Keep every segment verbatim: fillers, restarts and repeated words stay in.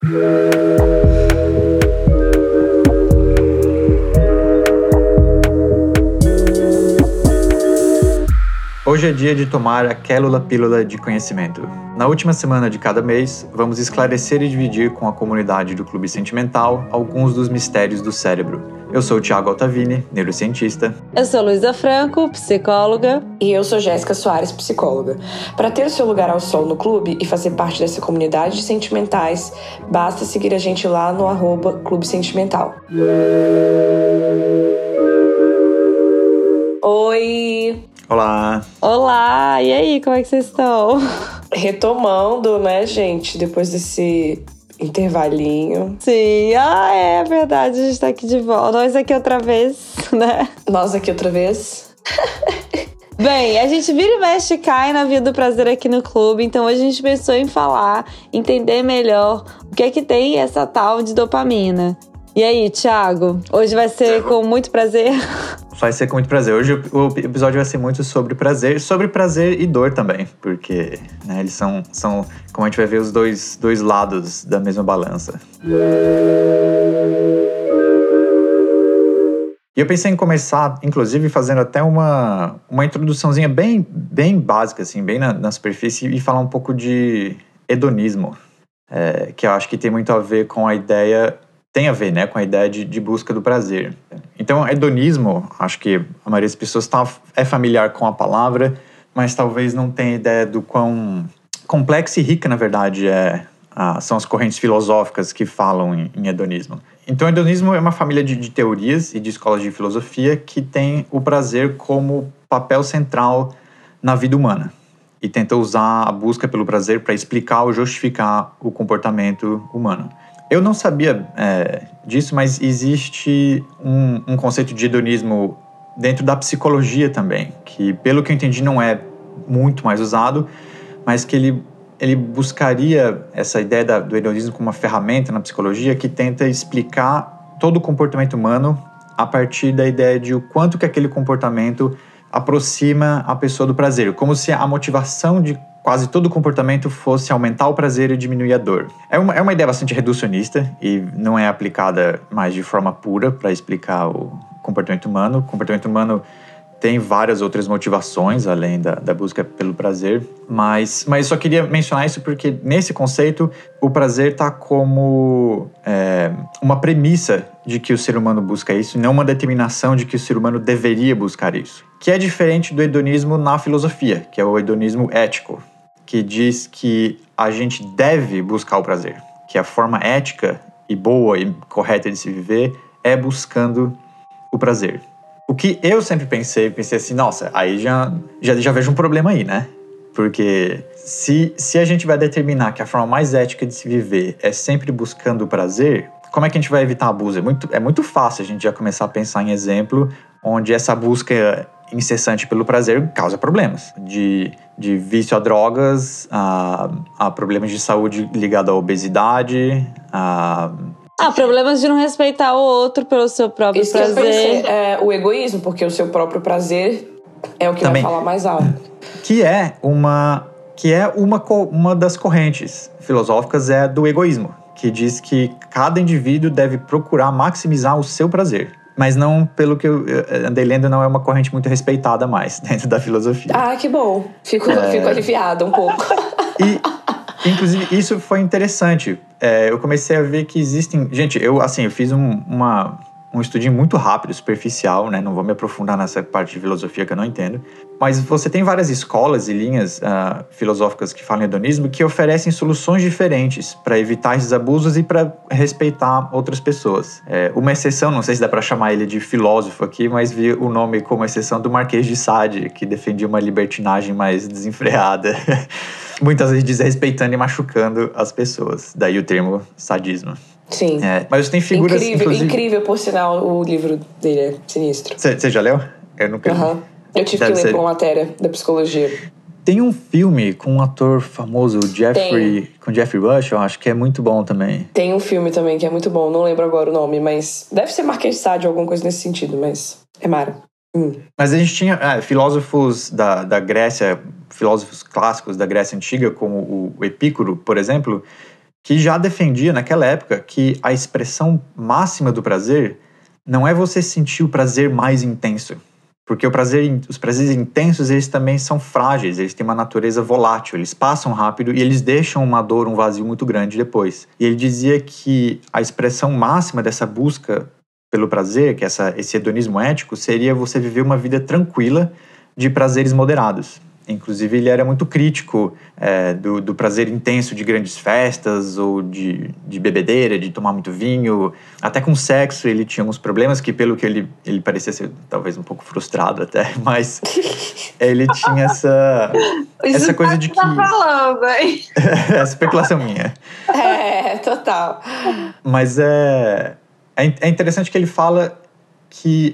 Hoje é dia de tomar aquela pílula de conhecimento. Na última semana de cada mês, vamos esclarecer e dividir com a comunidade do Clube Sentimental alguns dos mistérios do cérebro. Eu sou o Thiago Altavini, neurocientista. Eu sou Luísa Franco, psicóloga. E eu sou Jéssica Soares, psicóloga. Para ter o seu lugar ao sol no clube e fazer parte dessa comunidade de sentimentais, basta seguir a gente lá no arroba Clube Sentimental. Oi! Olá! Olá! E aí, como é que vocês estão? Retomando, né, gente? Depois desse intervalinho. Sim, ah, é verdade, a gente tá aqui de volta. Nós aqui outra vez, né? Nós aqui outra vez. Bem, a gente vira e mexe e cai na Via do Prazer aqui no clube, então hoje a gente pensou em falar, entender melhor o que é que tem essa tal de dopamina. E aí, Thiago? Hoje vai ser com muito prazer? Vai ser com muito prazer. Hoje o episódio vai ser muito sobre prazer, sobre prazer e dor também, porque né, eles são, são, como a gente vai ver, os dois, dois lados da mesma balança. E eu pensei em começar, inclusive, fazendo até uma, uma introduçãozinha bem, bem básica, assim, bem na, na superfície, e falar um pouco de hedonismo, é, que eu acho que tem muito a ver com a ideia... Tem a ver, né, com a ideia de, de busca do prazer. Então, hedonismo, acho que a maioria das pessoas tá, é familiar com a palavra, mas talvez não tenha ideia do quão complexa e rica, na verdade, é, a, são as correntes filosóficas que falam em, em hedonismo. Então, o hedonismo é uma família de, de teorias e de escolas de filosofia que tem o prazer como papel central na vida humana e tenta usar a busca pelo prazer para explicar ou justificar o comportamento humano. Eu não sabia é, disso, mas existe um, um conceito de hedonismo dentro da psicologia também, que, pelo que eu entendi, não é muito mais usado, mas que ele, ele buscaria essa ideia da, do hedonismo como uma ferramenta na psicologia que tenta explicar todo o comportamento humano a partir da ideia de o quanto que aquele comportamento aproxima a pessoa do prazer, como se a motivação de quase todo o comportamento fosse aumentar o prazer e diminuir a dor. É uma, é uma ideia bastante reducionista e não é aplicada mais de forma pura para explicar o comportamento humano. O comportamento humano tem várias outras motivações, além da, da busca pelo prazer, mas, mas só queria mencionar isso porque, nesse conceito, o prazer está como é, uma premissa de que o ser humano busca isso, e não uma determinação de que o ser humano deveria buscar isso. Que é diferente do hedonismo na filosofia, que é o hedonismo ético, que diz que a gente deve buscar o prazer, que a forma ética e boa e correta de se viver é buscando o prazer. O que eu sempre pensei, pensei assim, nossa, aí já, já, já vejo um problema aí, né? Porque se, se a gente vai determinar que a forma mais ética de se viver é sempre buscando o prazer, como é que a gente vai evitar abuso? É muito, é muito fácil a gente já começar a pensar em exemplo onde essa busca incessante pelo prazer causa problemas. De, de vício a drogas, a, a problemas de saúde ligados à obesidade, a... Ah, problemas de não respeitar o outro pelo seu próprio Isso prazer. Que eu pensei, é, o egoísmo, porque o seu próprio prazer é o que Também. vai falar mais alto. Que é uma, que é uma, uma das correntes filosóficas é do egoísmo, que diz que cada indivíduo deve procurar maximizar o seu prazer. Mas não, pelo que eu andei lendo, não é uma corrente muito respeitada mais dentro da filosofia. Ah, que bom. Fico, é... fico aliviada um pouco. E... Inclusive, isso foi interessante. É, eu comecei a ver que existem... Gente, eu, assim, eu fiz um, uma, um estudinho muito rápido, superficial, né? Não vou me aprofundar nessa parte de filosofia que eu não entendo. Mas você tem várias escolas e linhas uh, filosóficas que falam em hedonismo que oferecem soluções diferentes para evitar esses abusos e para respeitar outras pessoas. É, uma exceção, não sei se dá para chamar ele de filósofo aqui, mas vi o nome como exceção do Marquês de Sade, que defendia uma libertinagem mais desenfreada. Muitas vezes desrespeitando e machucando as pessoas. Daí o termo sadismo. Sim. É, mas você tem figuras... Incrível, inclusive... incrível, por sinal, o livro dele é sinistro. Você já leu? Eu nunca li. Uhum. Eu tive Deve que ler ser... por uma matéria da psicologia. Tem um filme com um ator famoso, Jeffrey, tem. com Jeffrey Rush, eu acho que é muito bom também. Tem um filme também que é muito bom, não lembro agora o nome, mas deve ser Marquês de Sade ou alguma coisa nesse sentido, mas é mara. Hum. Mas a gente tinha é, filósofos da, da Grécia, filósofos clássicos da Grécia Antiga, como o Epícoro, por exemplo, que já defendia naquela época que a expressão máxima do prazer não é você sentir o prazer mais intenso. Porque o prazer, os prazeres intensos, eles também são frágeis, eles têm uma natureza volátil, eles passam rápido e eles deixam uma dor, um vazio muito grande depois. E ele dizia que a expressão máxima dessa busca pelo prazer, que essa, esse hedonismo ético, seria você viver uma vida tranquila de prazeres moderados. Inclusive, ele era muito crítico é, do, do prazer intenso de grandes festas ou de, de bebedeira, de tomar muito vinho. Até com sexo ele tinha alguns problemas que, pelo que ele, ele parecia ser talvez um pouco frustrado até, mas ele tinha essa, essa coisa de que... Isso tá falando, hein? É especulação minha. É, total. Mas é, é interessante que ele fala que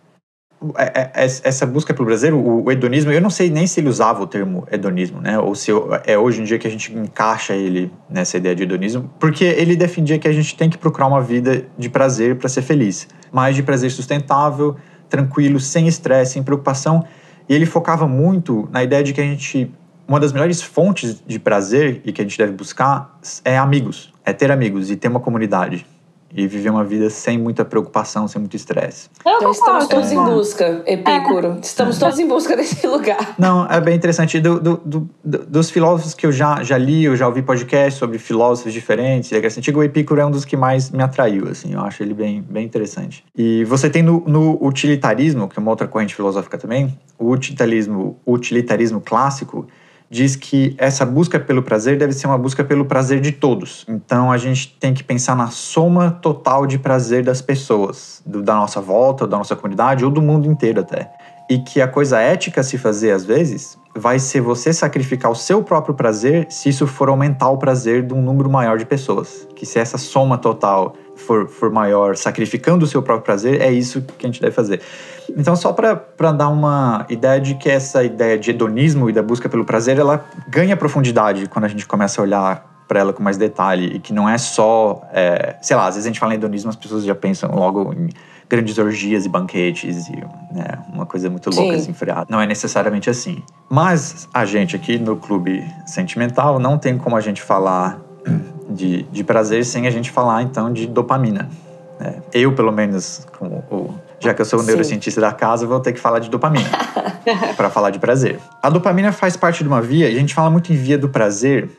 essa busca pelo prazer, o hedonismo, eu não sei nem se ele usava o termo hedonismo, né? Ou se é hoje em dia que a gente encaixa ele nessa ideia de hedonismo, porque ele defendia que a gente tem que procurar uma vida de prazer para ser feliz, mas de prazer sustentável, tranquilo, sem estresse, sem preocupação. E ele focava muito na ideia de que a gente, uma das melhores fontes de prazer e que a gente deve buscar é amigos, é ter amigos e ter uma comunidade. E viver uma vida sem muita preocupação, sem muito estresse. Então estamos todos é. em busca, Epicuro. Estamos todos em busca desse lugar. Não, é bem interessante. Do, do, do, dos filósofos que eu já, já li, eu já ouvi podcast sobre filósofos diferentes. É assim, o Epicuro é um dos que mais me atraiu, assim. Eu acho ele bem, bem interessante. E você tem no, no utilitarismo, que é uma outra corrente filosófica também, o utilitarismo, o utilitarismo clássico, diz que essa busca pelo prazer deve ser uma busca pelo prazer de todos. Então, a gente tem que pensar na soma total de prazer das pessoas, do, da nossa volta, da nossa comunidade, ou do mundo inteiro até. E que a coisa ética a se fazer, às vezes, vai ser você sacrificar o seu próprio prazer se isso for aumentar o prazer de um número maior de pessoas. Que se essa soma total for, for maior, sacrificando o seu próprio prazer, é isso que a gente deve fazer. Então, só para dar uma ideia de que essa ideia de hedonismo e da busca pelo prazer, ela ganha profundidade quando a gente começa a olhar para ela com mais detalhe, e que não é só, é, sei lá, às vezes a gente fala em hedonismo, as pessoas já pensam logo em grandes orgias e banquetes e né, uma coisa muito louca, desenfreada. Não é necessariamente assim. Mas a gente aqui no Clube Sentimental não tem como a gente falar de, de prazer sem a gente falar, então, de dopamina. É, eu, pelo menos, como o, já que eu sou o neurocientista da casa, vou ter que falar de dopamina para falar de prazer. A dopamina faz parte de uma via, e a gente fala muito em via do prazer,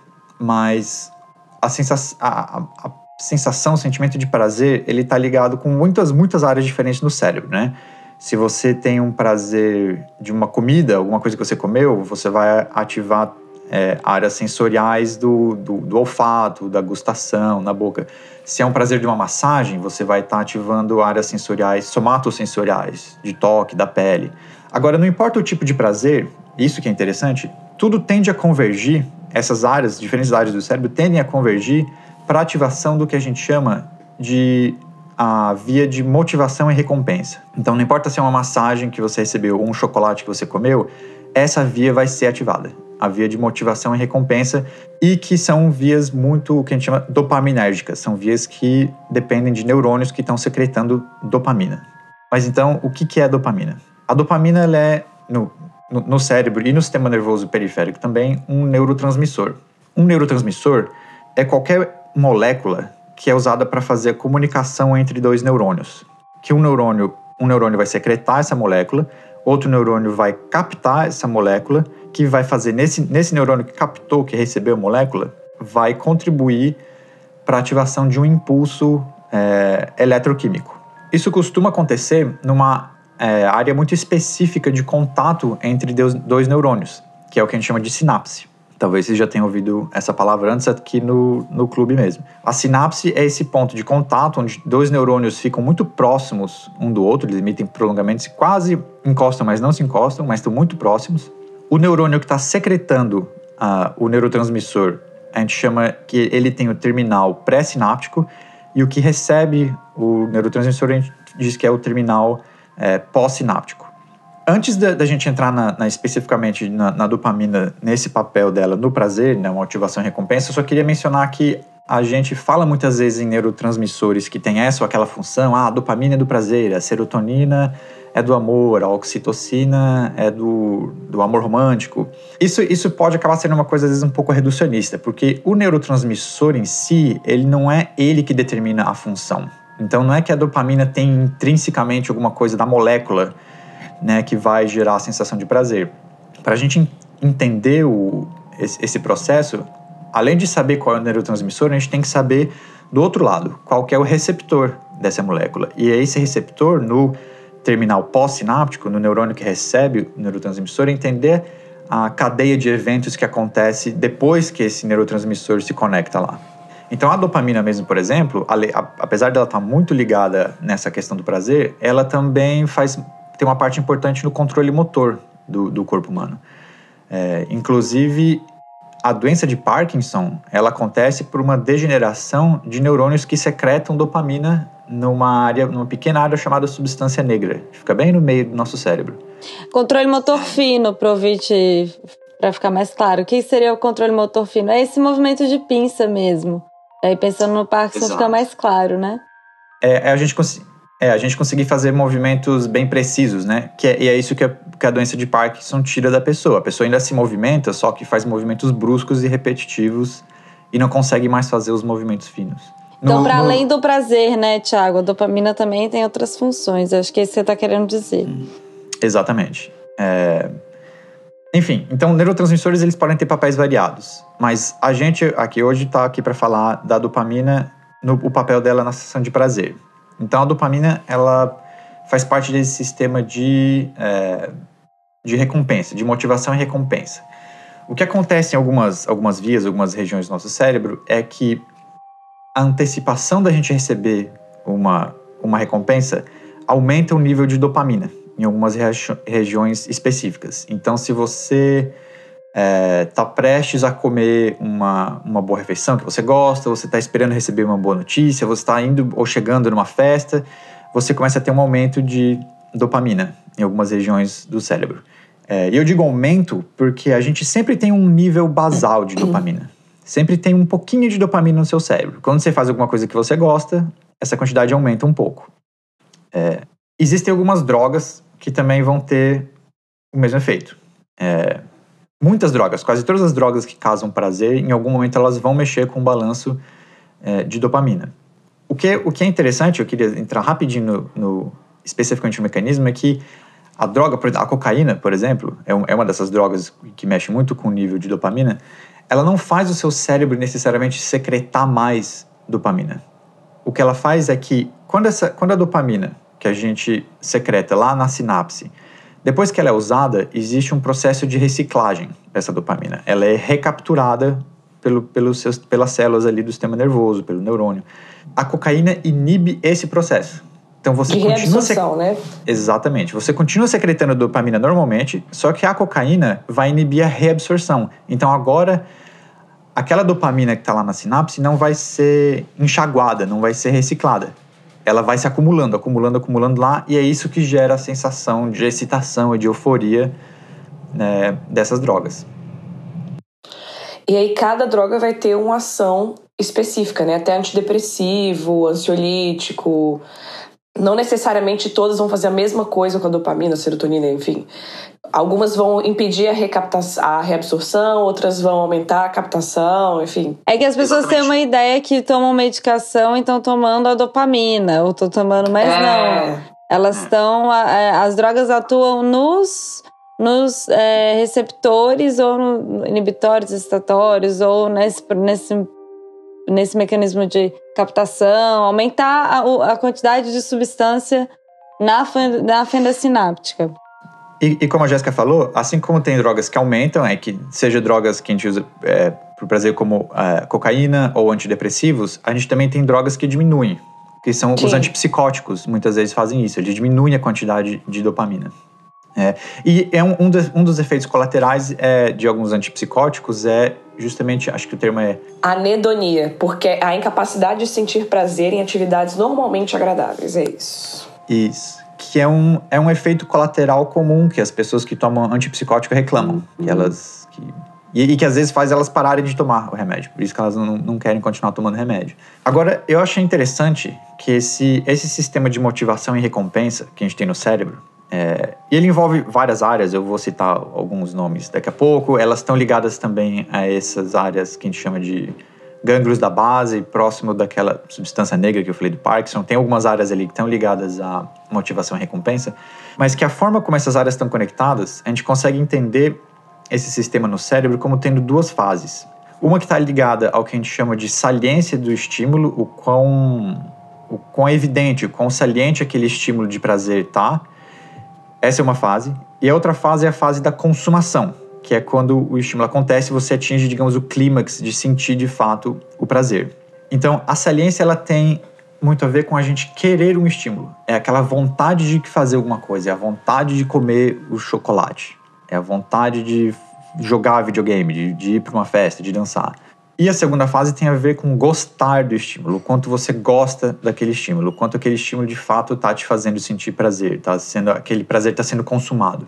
mas a sensação, a, a, a sensação, o sentimento de prazer, ele está ligado com muitas, muitas áreas diferentes no cérebro, né? Se você tem um prazer de uma comida, alguma coisa que você comeu, você vai ativar é, áreas sensoriais do, do, do olfato, da gustação, na boca. Se é um prazer de uma massagem, você vai estar tá ativando áreas sensoriais, somatosensoriais, de toque, da pele. Agora, não importa o tipo de prazer, isso que é interessante, tudo tende a convergir, essas áreas, diferentes áreas do cérebro, tendem a convergir para a ativação do que a gente chama de a via de motivação e recompensa. Então, não importa se é uma massagem que você recebeu ou um chocolate que você comeu, essa via vai ser ativada. A via de motivação e recompensa, e que são vias muito, o que a gente chama dopaminérgicas, são vias que dependem de neurônios que estão secretando dopamina. Mas então, o que é a dopamina? A dopamina ela é, no, no, no cérebro e no sistema nervoso periférico também, um neurotransmissor. Um neurotransmissor é qualquer molécula que é usada para fazer a comunicação entre dois neurônios. Que um neurônio, um neurônio vai secretar essa molécula, outro neurônio vai captar essa molécula, que vai fazer, nesse, nesse neurônio que captou, que recebeu a molécula, vai contribuir para a ativação de um impulso é, eletroquímico. Isso costuma acontecer numa é, área muito específica de contato entre dois neurônios, que é o que a gente chama de sinapse. Talvez vocês já tenham ouvido essa palavra antes aqui no, no clube mesmo. A sinapse é esse ponto de contato onde dois neurônios ficam muito próximos um do outro, eles emitem prolongamentos, quase encostam, mas não se encostam, mas estão muito próximos. O neurônio que está secretando uh, o neurotransmissor, a gente chama que ele tem o terminal pré-sináptico, e o que recebe o neurotransmissor a gente diz que é o terminal é, pós-sináptico. Antes da, da gente entrar na, na, especificamente na, na dopamina, nesse papel dela no prazer, na motivação e recompensa, eu só queria mencionar que a gente fala muitas vezes em neurotransmissores que tem essa ou aquela função, ah, a dopamina é do prazer, a serotonina é do amor, a oxitocina é do, do amor romântico. Isso, isso pode acabar sendo uma coisa, às vezes, um pouco reducionista, porque o neurotransmissor em si, ele não é ele que determina a função. Então, não é que a dopamina tem intrinsecamente alguma coisa da molécula, né, que vai gerar a sensação de prazer. Para a gente entender o, esse, esse processo, além de saber qual é o neurotransmissor, a gente tem que saber, do outro lado, qual que é o receptor dessa molécula. E é esse receptor, no terminal pós-sináptico, no neurônio que recebe o neurotransmissor, entender a cadeia de eventos que acontece depois que esse neurotransmissor se conecta lá. Então, a dopamina mesmo, por exemplo, apesar dela estar muito ligada nessa questão do prazer, ela também faz, tem uma parte importante no controle motor do, do corpo humano. É, inclusive, a doença de Parkinson, ela acontece por uma degeneração de neurônios que secretam dopamina numa área, numa pequena área chamada substância negra. Fica bem no meio do nosso cérebro. Controle motor fino, pro ouvinte, para ficar mais claro. O que seria o controle motor fino? É esse movimento de pinça mesmo. Aí pensando no Parkinson, exato, fica mais claro, né? É, é, a gente cons- é a gente conseguir fazer movimentos bem precisos, né? Que é, e é isso que a, que a doença de Parkinson tira da pessoa. A pessoa ainda se movimenta, só que faz movimentos bruscos e repetitivos e não consegue mais fazer os movimentos finos. Então, para além do prazer, né, Thiago, a dopamina também tem outras funções. Acho que é isso que você está querendo dizer. Exatamente. É... Enfim, então, neurotransmissores, eles podem ter papéis variados. Mas a gente aqui hoje está aqui para falar da dopamina, no, o papel dela na sensação de prazer. Então, a dopamina, ela faz parte desse sistema de, é, de recompensa, de motivação e recompensa. O que acontece em algumas, algumas vias, algumas regiões do nosso cérebro, é que a antecipação da gente receber uma, uma recompensa aumenta o nível de dopamina em algumas regi- regiões específicas. Então, se você está é, prestes a comer uma, uma boa refeição que você gosta, você está esperando receber uma boa notícia, você está indo ou chegando numa festa, você começa a ter um aumento de dopamina em algumas regiões do cérebro. É, e eu digo aumento porque a gente sempre tem um nível basal de dopamina. Sempre tem um pouquinho de dopamina no seu cérebro. Quando você faz alguma coisa que você gosta, essa quantidade aumenta um pouco. É, existem algumas drogas que também vão ter o mesmo efeito. É, muitas drogas, quase todas as drogas que causam prazer, em algum momento elas vão mexer com o balanço é, de dopamina. O que, o que é interessante, eu queria entrar rapidinho no, no, especificamente no mecanismo, é que a droga, a cocaína, por exemplo, é, um, é uma dessas drogas que mexe muito com o nível de dopamina. Ela não faz o seu cérebro necessariamente secretar mais dopamina. O que ela faz é que, quando, essa, quando a dopamina que a gente secreta lá na sinapse, depois que ela é usada, existe um processo de reciclagem dessa dopamina. Ela é recapturada pelo, pelos seus, pelas células ali do sistema nervoso, pelo neurônio. A cocaína inibe esse processo. Então você de continua reabsorção, sec... né? Exatamente. Você continua secretando dopamina normalmente, só que a cocaína vai inibir a reabsorção. Então agora, aquela dopamina que está lá na sinapse não vai ser enxaguada, não vai ser reciclada. Ela vai se acumulando, acumulando, acumulando lá, e é isso que gera a sensação de excitação e de euforia, né, dessas drogas. E aí cada droga vai ter uma ação específica, né? Até antidepressivo, ansiolítico. Não necessariamente todas vão fazer a mesma coisa com a dopamina, a serotonina, enfim. Algumas vão impedir a, recaptação, a reabsorção, outras vão aumentar a captação, enfim. É que as pessoas Exatamente. têm uma ideia que tomam medicação e estão tomando a dopamina, ou estão tomando, mas é. não. Elas estão... As drogas atuam nos, nos é, receptores, ou no, inibitórios, excitatórios, ou nesse... nesse nesse mecanismo de captação, aumentar a, a quantidade de substância na, na fenda sináptica. E, e como a Jéssica falou, assim como tem drogas que aumentam, é que seja drogas que a gente usa é, para o prazer como é, cocaína ou antidepressivos, a gente também tem drogas que diminuem, que são Sim. os antipsicóticos, muitas vezes fazem isso, eles diminuem a quantidade de dopamina. É, e é um, um, dos, um dos efeitos colaterais é, de alguns antipsicóticos é justamente, acho que o termo é... anedonia, porque a incapacidade de sentir prazer em atividades normalmente agradáveis, é isso. Isso, que é um, é um efeito colateral comum que as pessoas que tomam antipsicótico reclamam, uhum. que elas... Que, e, e que às vezes faz elas pararem de tomar o remédio, por isso que elas não, não querem continuar tomando remédio. Agora, eu achei interessante que esse, esse sistema de motivação e recompensa que a gente tem no cérebro, É, e ele envolve várias áreas, eu vou citar alguns nomes daqui a pouco. Elas estão ligadas também a essas áreas que a gente chama de gânglios da base, próximo daquela substância negra que eu falei do Parkinson. Tem algumas áreas ali que estão ligadas à motivação e recompensa, mas que a forma como essas áreas estão conectadas, a gente consegue entender esse sistema no cérebro como tendo duas fases. Uma que está ligada ao que a gente chama de saliência do estímulo, o quão, o quão evidente, o quão saliente aquele estímulo de prazer está. Essa é uma fase. E a outra fase é a fase da consumação, que é quando o estímulo acontece e você atinge, digamos, o clímax de sentir de fato o prazer. Então, a saliência ela tem muito a ver com a gente querer um estímulo. É aquela vontade de fazer alguma coisa, é a vontade de comer o chocolate, é a vontade de jogar videogame, de, de ir para uma festa, de dançar. E a segunda fase tem a ver com gostar do estímulo, o quanto você gosta daquele estímulo, o quanto aquele estímulo de fato está te fazendo sentir prazer, tá sendo, aquele prazer está sendo consumado.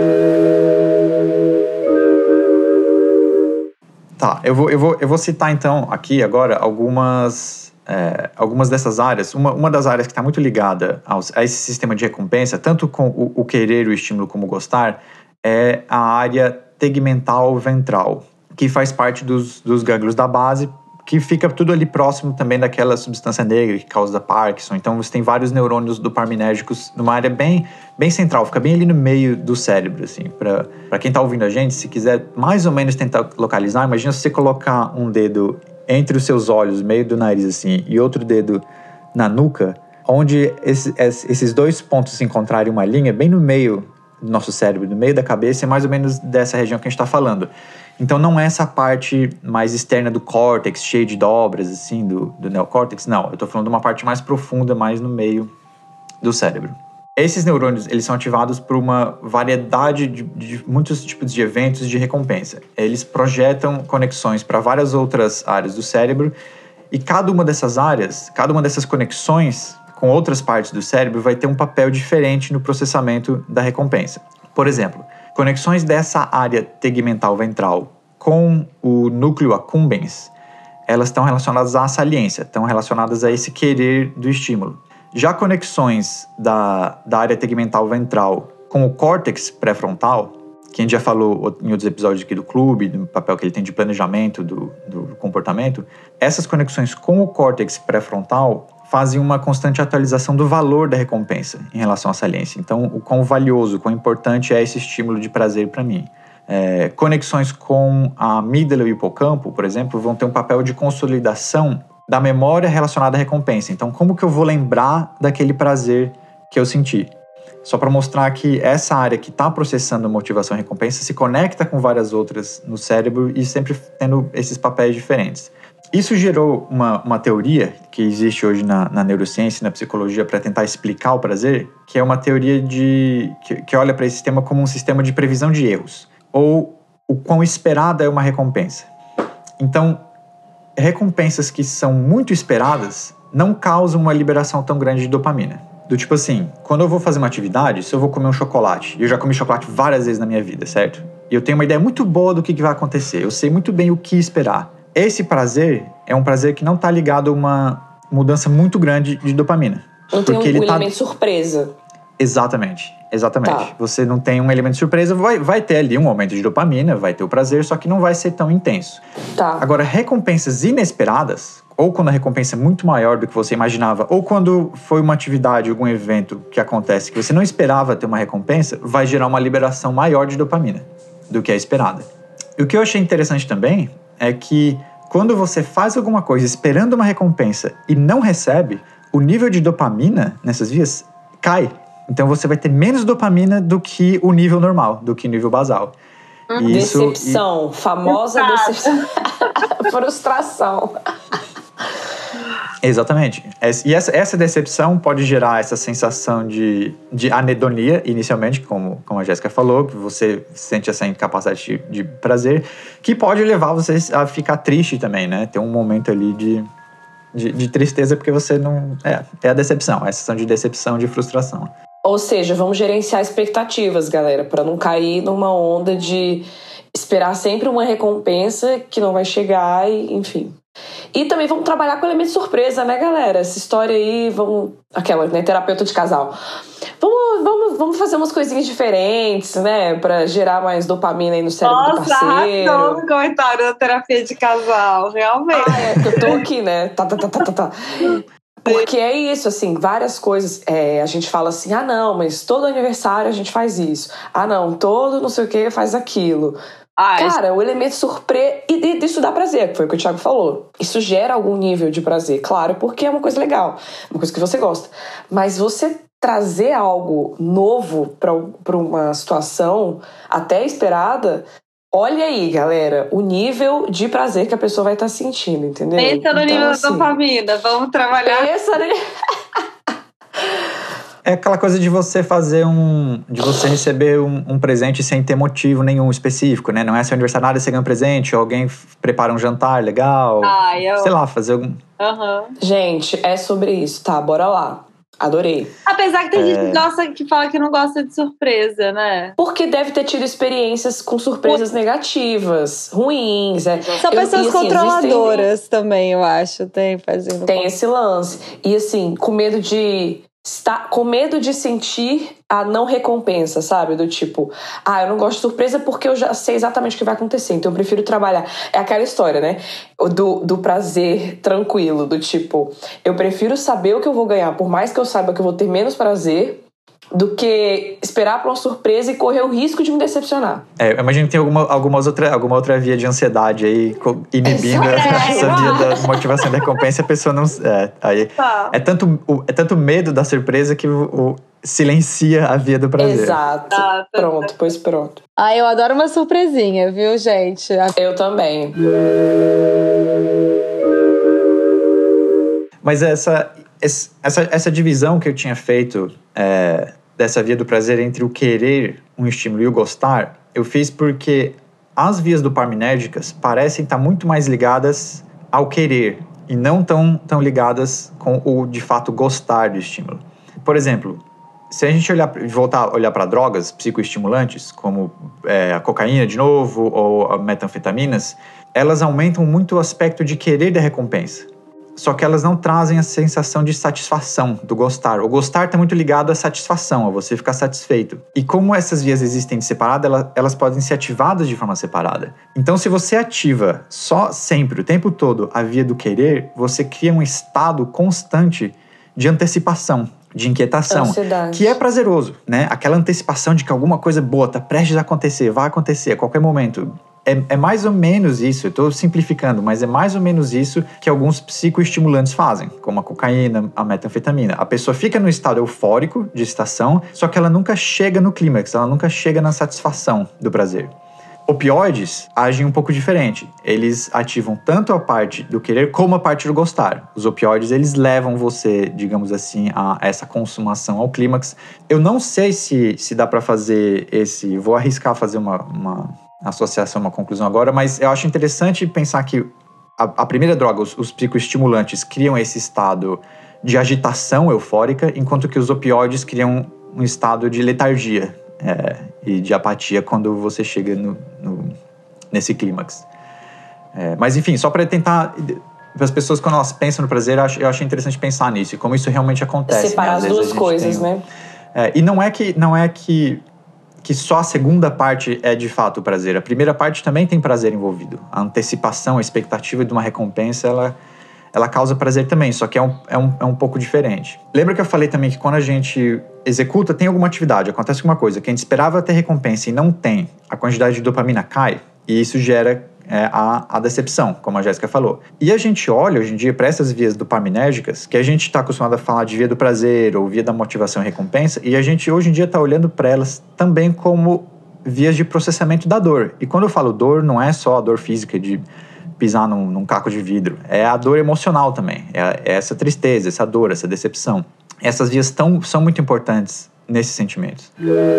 Tá, eu vou, eu vou, eu vou citar então aqui agora algumas, é, algumas dessas áreas. Uma, uma das áreas que está muito ligada aos, a esse sistema de recompensa, tanto com o, o querer o estímulo como o gostar, é a área tegmental ventral, que faz parte dos, dos gânglios da base, que fica tudo ali próximo também daquela substância negra que causa Parkinson. Então você tem vários neurônios dopaminérgicos numa área bem, bem central, fica bem ali no meio do cérebro, assim. Para quem está ouvindo a gente, se quiser mais ou menos tentar localizar, imagina se você colocar um dedo entre os seus olhos, meio do nariz assim, e outro dedo na nuca, onde esse, esses dois pontos se encontrarem uma linha, bem no meio do nosso cérebro, no meio da cabeça, é mais ou menos dessa região que a gente está falando. Então não é essa parte mais externa do córtex, cheio de dobras, assim, do, do neocórtex, não. Eu estou falando de uma parte mais profunda, mais no meio do cérebro. Esses neurônios, eles são ativados por uma variedade de, de muitos tipos de eventos de recompensa. Eles projetam conexões para várias outras áreas do cérebro e cada uma dessas áreas, cada uma dessas conexões com outras partes do cérebro vai ter um papel diferente no processamento da recompensa. Por exemplo, conexões dessa área tegmental ventral com o núcleo accumbens, elas estão relacionadas à saliência, estão relacionadas a esse querer do estímulo. Já conexões da, da área tegmental ventral com o córtex pré-frontal, que a gente já falou em outros episódios aqui do clube, do papel que ele tem de planejamento do, do comportamento, essas conexões com o córtex pré-frontal fazem uma constante atualização do valor da recompensa em relação à saliência. Então, o quão valioso, o quão importante é esse estímulo de prazer para mim. É, conexões com a amígdala e o hipocampo, por exemplo, vão ter um papel de consolidação da memória relacionada à recompensa. Então, como que eu vou lembrar daquele prazer que eu senti? Só para mostrar que essa área que está processando motivação e recompensa se conecta com várias outras no cérebro e sempre tendo esses papéis diferentes. Isso gerou uma, uma teoria que existe hoje na, na neurociência e na psicologia para tentar explicar o prazer, que é uma teoria de, que, que olha para esse sistema como um sistema de previsão de erros, ou o quão esperada é uma recompensa. Então, recompensas que são muito esperadas não causam uma liberação tão grande de dopamina. Do tipo assim, quando eu vou fazer uma atividade, se eu vou comer um chocolate, e eu já comi chocolate várias vezes na minha vida, certo? E eu tenho uma ideia muito boa do que, que vai acontecer, eu sei muito bem o que esperar. Esse prazer é um prazer que não está ligado a uma mudança muito grande de dopamina. Não tem um, ele um tá... elemento surpresa. Exatamente, exatamente. Tá. Você não tem um elemento surpresa, vai, vai ter ali um aumento de dopamina, vai ter o prazer, só que não vai ser tão intenso. Tá. Agora, recompensas inesperadas, ou quando a recompensa é muito maior do que você imaginava, ou quando foi uma atividade, algum evento que acontece que você não esperava ter uma recompensa, vai gerar uma liberação maior de dopamina do que a esperada. E o que eu achei interessante também é que quando você faz alguma coisa esperando uma recompensa e não recebe, o nível de dopamina nessas vias cai. Então você vai ter menos dopamina do que o nível normal, do que o nível basal. Hum, isso, decepção, e... famosa decepção. Frustração. Exatamente. E essa, essa decepção pode gerar essa sensação de, de anedonia, inicialmente, como, como a Jéssica falou, que você sente essa incapacidade de, de prazer, que pode levar você a ficar triste também, né? Ter um momento ali de, de, de tristeza, porque você não... É, é a decepção, a sensação de decepção, de frustração. Ou seja, vamos gerenciar expectativas, galera, para não cair numa onda de esperar sempre uma recompensa que não vai chegar, e, enfim... E também vamos trabalhar com o elemento surpresa, né, galera? Essa história aí, vamos... Aquela, né, terapeuta de casal. Vamos, vamos, vamos fazer umas coisinhas diferentes, né? Pra gerar mais dopamina aí no cérebro Nossa, do parceiro. arrasou no comentário da terapia de casal, realmente. Ah, é, porque eu tô aqui, né? Tá, tá, tá, tá, tá, tá. Porque é isso, assim, várias coisas. É, a gente fala assim, ah, não, mas todo aniversário a gente faz isso. Ah, não, todo não sei o que faz aquilo. Ai, Cara, o elemento surpresa. E, e isso dá prazer, que foi o que o Thiago falou. Isso gera algum nível de prazer, claro, porque é uma coisa legal, uma coisa que você gosta. Mas você trazer algo novo para uma situação até esperada, olha aí, galera, o nível de prazer que a pessoa vai estar sentindo, entendeu? pensa no Então, nível assim, da dopamina, vamos trabalhar. Pensa, né? É aquela coisa de você fazer um... de você receber um, um presente sem ter motivo nenhum específico, né? Não é seu aniversário, nada, você ganha um presente, ou alguém prepara um jantar legal. Ai, eu... Sei lá, fazer algum... Uhum. Gente, é sobre isso, tá? Bora lá. Adorei. Apesar que tem É. gente que, gosta, que fala que não gosta de surpresa, né? Porque deve ter tido experiências com surpresas negativas, ruins. É. São Eu- pessoas e, assim, controladoras também, eu acho. Tem fazendo. Tem esse lance. E assim, com medo de estar, com medo de sentir a não recompensa, sabe? Do tipo, ah, eu não gosto de surpresa porque eu já sei exatamente o que vai acontecer, então eu prefiro trabalhar. É aquela história, né? Do, do prazer tranquilo, do tipo, eu prefiro saber o que eu vou ganhar, por mais que eu saiba que eu vou ter menos prazer, do que esperar por uma surpresa e correr o risco de me decepcionar. É, eu imagino que tem alguma, algumas outra, alguma outra via de ansiedade aí, co- inibindo É, essa eu via da motivação e da recompensa, a pessoa não... É, aí, Tá. é, tanto, o- é tanto medo da surpresa que o, o- silencia a via do prazer. Exato. Tá, tá, Pronto, pois pronto. Ah, eu adoro uma surpresinha, viu, gente? Eu também. Mas essa, essa, essa divisão que eu tinha feito é, dessa via do prazer entre o querer um estímulo e o gostar, eu fiz porque as vias dopaminérgicas parecem estar muito mais ligadas ao querer e não tão, tão ligadas com o, de fato, gostar do estímulo. Por exemplo, se a gente olhar, voltar a olhar para drogas psicoestimulantes, como é, a cocaína de novo ou a metanfetaminas, elas aumentam muito o aspecto de querer da recompensa. Só que elas não trazem a sensação de satisfação, do gostar. O gostar está muito ligado à satisfação, a você ficar satisfeito. E como essas vias existem separadas, elas, elas podem ser ativadas de forma separada. Então, se você ativa só sempre, o tempo todo, a via do querer, você cria um estado constante de antecipação, de inquietação, Ansiedade. que é prazeroso, né? Aquela antecipação de que alguma coisa boa está prestes a acontecer, vai acontecer a qualquer momento. É, é mais ou menos isso, eu estou simplificando, mas é mais ou menos isso que alguns psicoestimulantes fazem, como a cocaína, a metanfetamina. A pessoa fica no estado eufórico de excitação, só que ela nunca chega no clímax, ela nunca chega na satisfação do prazer. Opioides agem um pouco diferente. Eles ativam tanto a parte do querer como a parte do gostar. Os opioides, eles levam você, digamos assim, a essa consumação ao clímax. Eu não sei se, se dá para fazer esse... Vou arriscar fazer uma... uma associação, uma conclusão agora, mas eu acho interessante pensar que a, a primeira droga, os, os psicoestimulantes, criam esse estado de agitação eufórica, enquanto que os opioides criam um estado de letargia é, e de apatia quando você chega no, no, nesse clímax. É, mas enfim, só para tentar... Para as pessoas, quando elas pensam no prazer, eu acho, eu acho interessante pensar nisso, e como isso realmente acontece. Separar né? as duas coisas, um, né? É, e não é que... Não é que que só a segunda parte é de fato o prazer. A primeira parte também tem prazer envolvido. A antecipação, a expectativa de uma recompensa, ela, ela causa prazer também, só que é um, é, um, é um pouco diferente. Lembra que eu falei também que quando a gente executa, tem alguma atividade, acontece alguma coisa, que a gente esperava ter recompensa e não tem, a quantidade de dopamina cai, e isso gera é, a, a decepção, como a Jéssica falou. E a gente olha, hoje em dia, para essas vias dopaminérgicas, que a gente está acostumado a falar de via do prazer ou via da motivação e recompensa, e a gente, hoje em dia, está olhando para elas também como vias de processamento da dor. E quando eu falo dor, não é só a dor física de pisar num, num caco de vidro, é a dor emocional também, é, é essa tristeza, essa dor, essa decepção. Essas vias tão, são muito importantes nesses sentimentos.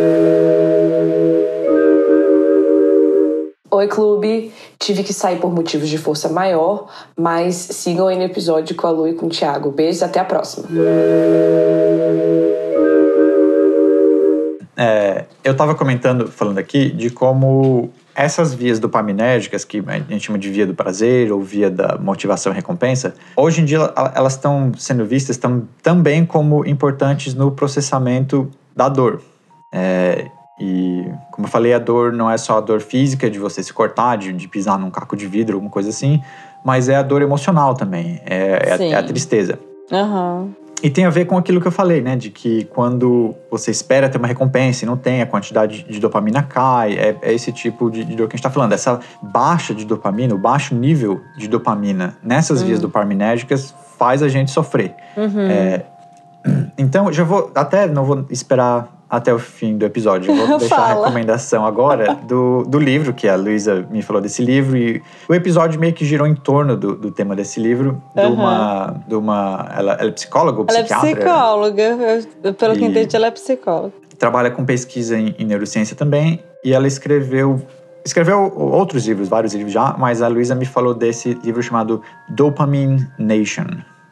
Oi, clube. Tive que sair por motivos de força maior, mas sigam aí no episódio com a Lu e com o Thiago. Beijos, até a próxima. É, eu estava comentando, falando aqui, de como essas vias dopaminérgicas, que a gente chama de via do prazer ou via da motivação e recompensa, hoje em dia elas estão sendo vistas tam, também como importantes no processamento da dor. É, e, como eu falei, a dor não é só a dor física de você se cortar, de, de pisar num caco de vidro, alguma coisa assim, mas é a dor emocional também, é, é, a, é a tristeza. Uhum. E tem a ver com aquilo que eu falei, né? De que quando você espera ter uma recompensa e não tem, a quantidade de dopamina cai. É, é esse tipo de, de dor que a gente tá falando. Essa baixa de dopamina, o baixo nível de dopamina nessas uhum. vias dopaminérgicas faz a gente sofrer. Uhum. É, então, já vou... Até não vou esperar até o fim do episódio. Eu vou deixar a recomendação agora do, do livro, que a Luísa me falou desse livro. E o episódio meio que girou em torno do, do tema desse livro. De uhum. uma... De uma ela, ela é psicóloga ou ela psiquiatra? Ela é psicóloga. Eu, pelo e que entendi, ela é psicóloga. Trabalha com pesquisa em, em neurociência também. E ela escreveu... Escreveu outros livros, vários livros já. Mas a Luísa me falou desse livro chamado Dopamine Nation.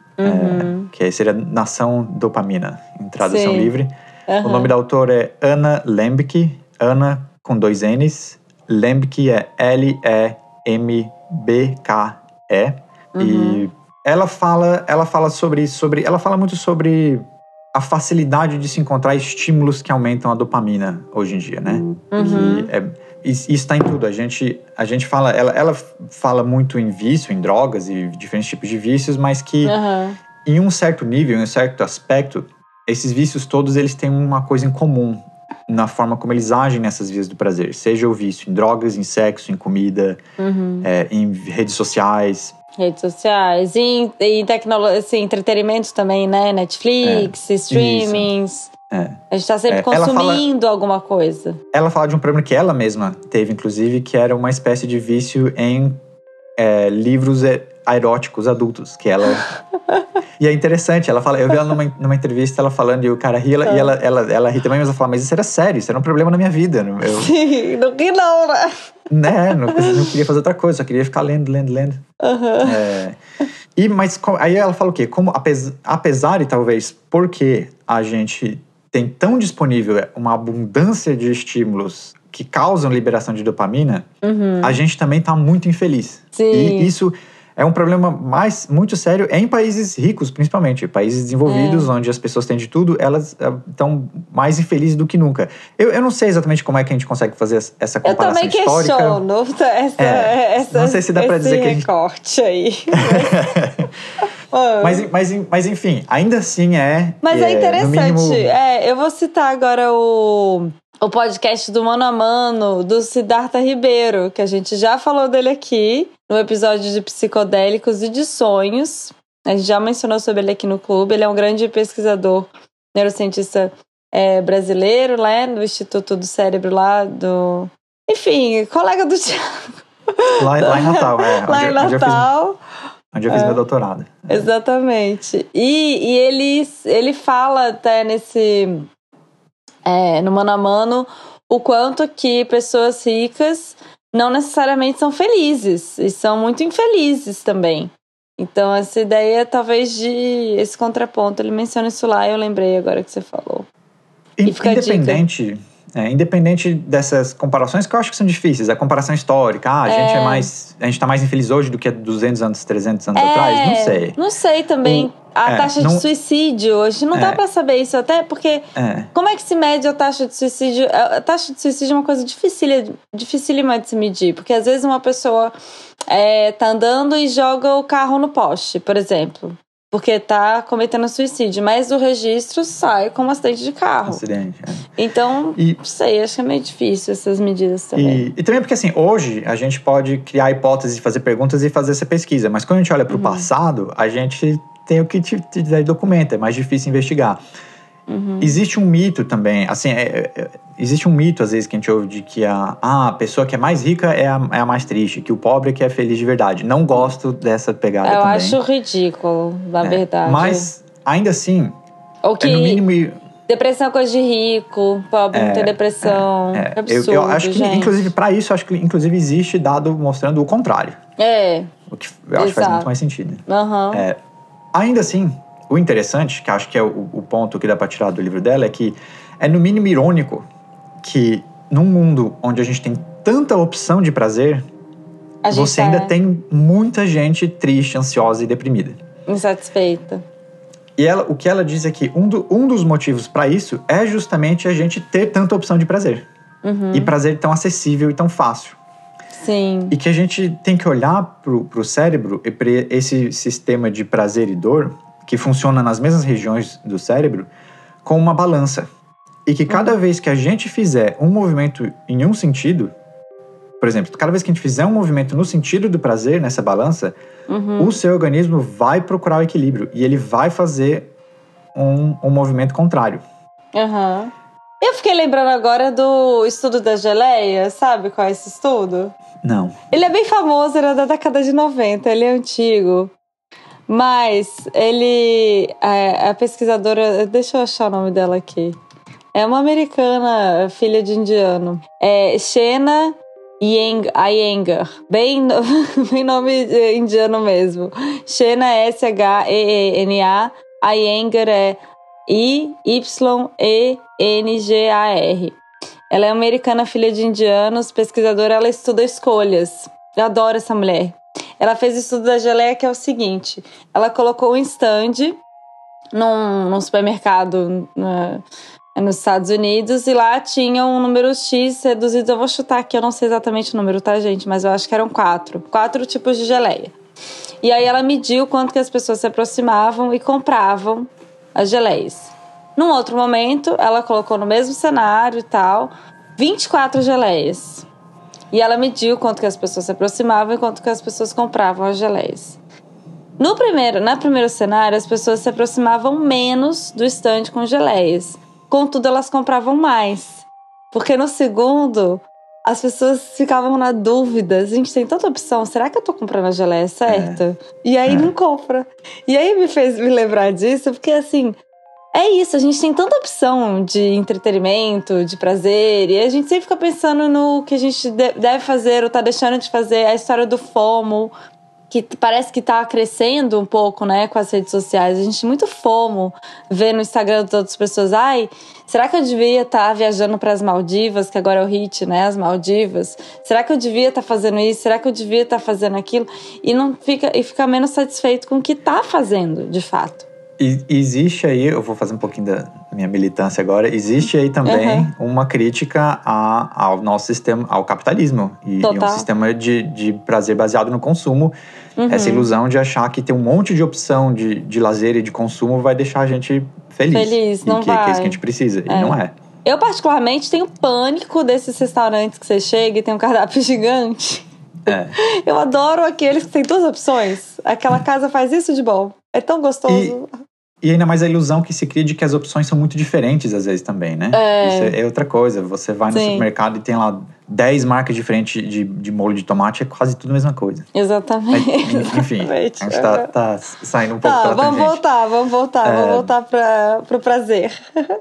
Uhum. É, que seria Nação Dopamina, em tradução Sim. livre. Uhum. O nome da autora é Anna Lembke, Anna com dois N's. Lembke é L E M B K E. Uhum. E ela fala, ela fala sobre, sobre, ela fala muito sobre a facilidade de se encontrar estímulos que aumentam a dopamina hoje em dia, né? Uhum. Que é, isso está em tudo. A gente, a gente fala, ela, ela fala muito em vício, em drogas e diferentes tipos de vícios, mas que uhum. em um certo nível, em um certo aspecto, esses vícios todos, eles têm uma coisa em comum na forma como eles agem nessas vias do prazer. Seja o vício em drogas, em sexo, em comida, uhum. é, em redes sociais. Redes sociais, e em tecnologia, assim, entretenimento também, né? Netflix, é, streamings. É. A gente tá sempre é, consumindo fala, alguma coisa. Ela fala de um problema que ela mesma teve, inclusive, que era uma espécie de vício em é, livros eróticos adultos, que ela... E é interessante, ela fala, eu vi ela numa, numa entrevista, ela falando, e o cara ri, ela, ah. e ela, ela, ela ri também, mas ela fala, mas isso era sério, isso era um problema na minha vida. Eu, Sim, não que não, né? Né, não, não queria fazer outra coisa, só queria ficar lendo, lendo, lendo. Uhum. É, e, mas aí ela fala o quê? Como, apesar, apesar e talvez porque a gente tem tão disponível uma abundância de estímulos que causam liberação de dopamina, uhum. a gente também está muito infeliz. Sim. E isso... é um problema mais, muito sério em países ricos, principalmente. Países desenvolvidos, é. onde as pessoas têm de tudo, elas estão mais infelizes do que nunca. Eu, eu não sei exatamente como é que a gente consegue fazer essa comparação histórica. Eu também questiono essa, é, essa, não sei se dá pra dizer que a gente... recorte aí. mas, mas, mas, enfim, ainda assim é... Mas é, é interessante. Mínimo... É, eu vou citar agora o... o podcast do Mano a Mano, do Siddhartha Ribeiro, que a gente já falou dele aqui, no episódio de Psicodélicos e de Sonhos. A gente já mencionou sobre ele aqui no clube. Ele é um grande pesquisador, neurocientista é, brasileiro, né, do Instituto do Cérebro lá, do... Enfim, colega do Thiago. Lá, lá em Natal, é. Lá em Natal. Onde eu fiz, onde eu fiz é. meu doutorado. É. Exatamente. E, e ele, ele fala até nesse... É, no Mano a Mano, o quanto que pessoas ricas não necessariamente são felizes e são muito infelizes também. Então essa ideia talvez de esse contraponto, ele menciona isso lá e eu lembrei agora que você falou. E fica independente, é, independente dessas comparações que eu acho que são difíceis, a comparação histórica, ah, a é. gente é mais, a gente tá mais infeliz hoje do que há duzentos anos, trezentos anos é, atrás, não sei. Não sei também. O, a é, taxa não, de suicídio hoje, não é, dá pra saber isso, até porque é. como é que se mede a taxa de suicídio? A taxa de suicídio é uma coisa difícil, dificílima de se medir, porque às vezes uma pessoa é, tá andando e joga o carro no poste, por exemplo, porque tá cometendo suicídio, mas o registro sai como acidente de carro. Acidente, é. Então, e, não sei, acho que é meio difícil essas medidas também. E, e também porque, assim, hoje a gente pode criar hipóteses, fazer perguntas e fazer essa pesquisa, mas quando a gente olha pro uhum. passado, a gente tem o que te, te dizer documento, é mais difícil investigar. Uhum. Existe um mito também, assim, é, é, existe um mito às vezes que a gente ouve de que a, ah, a pessoa que é mais rica é a, é a mais triste, que o pobre é que é feliz de verdade. Não gosto dessa pegada Eu também. Eu acho ridículo, na é, verdade. Mas, ainda assim, Ou que é no mínimo... depressão é coisa de rico, pobre é, não tem depressão. É, é. Absurdo, eu, eu acho que, gente. inclusive, para isso, acho que inclusive existe dado mostrando o contrário. É. O que eu acho que faz muito mais sentido. Uhum. É, ainda assim... O interessante, que acho que é o, o ponto que dá para tirar do livro dela, é que é no mínimo irônico que num mundo onde a gente tem tanta opção de prazer, você ainda é... tem muita gente triste, ansiosa e deprimida. Insatisfeita. E ela, o que ela diz é que um, do, um dos motivos para isso é justamente a gente ter tanta opção de prazer. Uhum. E prazer tão acessível e tão fácil. Sim. E que a gente tem que olhar pro, pro cérebro e para esse sistema de prazer e dor, que funciona nas mesmas regiões do cérebro, com uma balança. E que cada uhum. vez que a gente fizer um movimento em um sentido, por exemplo, cada vez que a gente fizer um movimento no sentido do prazer, nessa balança, uhum. o seu organismo vai procurar o equilíbrio e ele vai fazer um, um movimento contrário. Aham. Uhum. Eu fiquei lembrando agora do estudo da geleia, sabe qual é esse estudo? Não. Ele é bem famoso, ele é da década de noventa, ele é antigo. Mas ele... É, a pesquisadora... Deixa eu achar o nome dela aqui. É uma americana, filha de indiano. É Shena Iyengar. Bem, bem nome indiano mesmo. Shena S H E E N A. Iyengar é I Y E N G A R. Ela é americana, filha de indianos, pesquisadora, ela estuda escolhas. Eu adoro essa mulher. Ela fez o estudo da geleia, que é o seguinte: ela colocou um stand num, num supermercado na, nos Estados Unidos e lá tinha um número X reduzido. Eu vou chutar aqui, eu não sei exatamente o número, tá, gente? Mas eu acho que eram quatro. Quatro tipos de geleia. E aí ela mediu quanto que as pessoas se aproximavam e compravam as geleias. Num outro momento, ela colocou no mesmo cenário e tal, vinte e quatro geleias. E ela mediu quanto que as pessoas se aproximavam e quanto que as pessoas compravam as geleias. No primeiro, no primeiro cenário, as pessoas se aproximavam menos do estande com geleias. Contudo, elas compravam mais. Porque no segundo, as pessoas ficavam na dúvida. A gente tem tanta opção, será que eu tô comprando a geleia certa? É. E aí é. não compra. E aí me fez me lembrar disso, porque assim... É isso, a gente tem tanta opção de entretenimento, de prazer, e a gente sempre fica pensando no que a gente deve fazer ou tá deixando de fazer. A história do FOMO, que parece que tá crescendo um pouco, né, com as redes sociais. A gente tem muito FOMO, vê no Instagram de outras pessoas, ai, será que eu devia estar tá viajando para as Maldivas, que agora é o hit, né, as Maldivas? Será que eu devia estar tá fazendo isso? Será que eu devia estar tá fazendo aquilo? E, não fica, e fica menos satisfeito com o que tá fazendo, de fato. E existe aí, eu vou fazer um pouquinho da minha militância agora, existe aí também uhum. uma crítica a, ao nosso sistema, ao capitalismo. E, e um sistema de, de prazer baseado no consumo. Uhum. Essa ilusão de achar que ter um monte de opção de, de lazer e de consumo vai deixar a gente feliz. Feliz, não e que, vai. que é isso que a gente precisa, é. E não é. Eu particularmente tenho pânico desses restaurantes que você chega e tem um cardápio gigante. É. Eu adoro aqueles que tem duas opções. Aquela casa faz isso de bom. É tão gostoso. E... E ainda mais a ilusão que se cria de que as opções são muito diferentes às vezes também, né? É. Isso é outra coisa. Você vai no Sim. supermercado e tem lá dez marcas diferentes de, de molho de tomate, é quase tudo a mesma coisa. Exatamente. Aí, enfim, Exatamente. a gente tá, tá saindo um pouco tá, pela vamos tangente. voltar, vamos voltar, é... vamos voltar pra, pro prazer.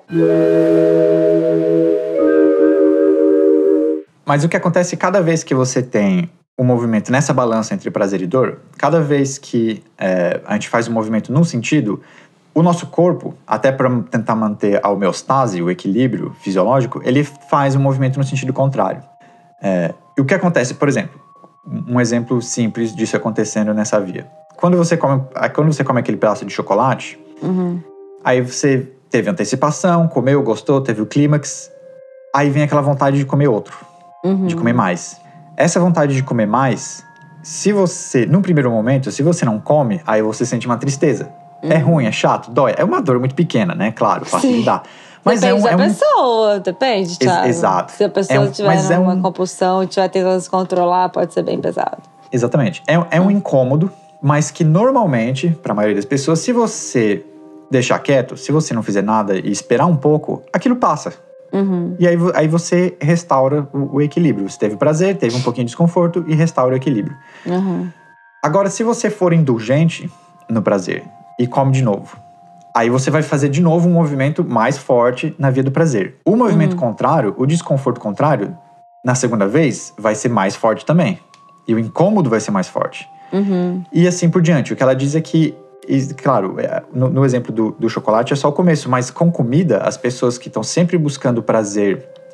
Mas o que acontece cada vez que você tem um movimento nessa balança entre prazer e dor, cada vez que é, a gente faz um movimento num sentido, o nosso corpo, até para tentar manter a homeostase, o equilíbrio fisiológico, ele faz um movimento no sentido contrário. É, e o que acontece, por exemplo, um exemplo simples disso acontecendo nessa via. Quando você come, quando você come aquele pedaço de chocolate, uhum. aí você teve antecipação, comeu, gostou, teve o clímax, aí vem aquela vontade de comer outro, uhum. de comer mais. Essa vontade de comer mais, se você, num primeiro momento, se você não come, aí você sente uma tristeza. É ruim, é chato, dói. É uma dor muito pequena, né? Claro, fácil de lidar. Mas depende é um, da é um... pessoa, depende, Thiago. Ex- exato. Se a pessoa é um, tiver numa é um... compulsão e estiver tentando se controlar, pode ser bem pesado. Exatamente. É, é um incômodo, mas que normalmente, para a maioria das pessoas, se você deixar quieto, se você não fizer nada e esperar um pouco, aquilo passa. Uhum. E aí, aí você restaura o, o equilíbrio. Você teve prazer, teve um pouquinho de desconforto e restaura o equilíbrio. Uhum. Agora, se você for indulgente no prazer e come de novo, aí você vai fazer de novo um movimento mais forte na via do prazer. O movimento uhum. contrário, o desconforto contrário, na segunda vez, vai ser mais forte também. E o incômodo vai ser mais forte. Uhum. E assim por diante. O que ela diz é que, e, claro, no, no exemplo do, do chocolate é só o começo, mas com comida, as pessoas que estão sempre buscando prazer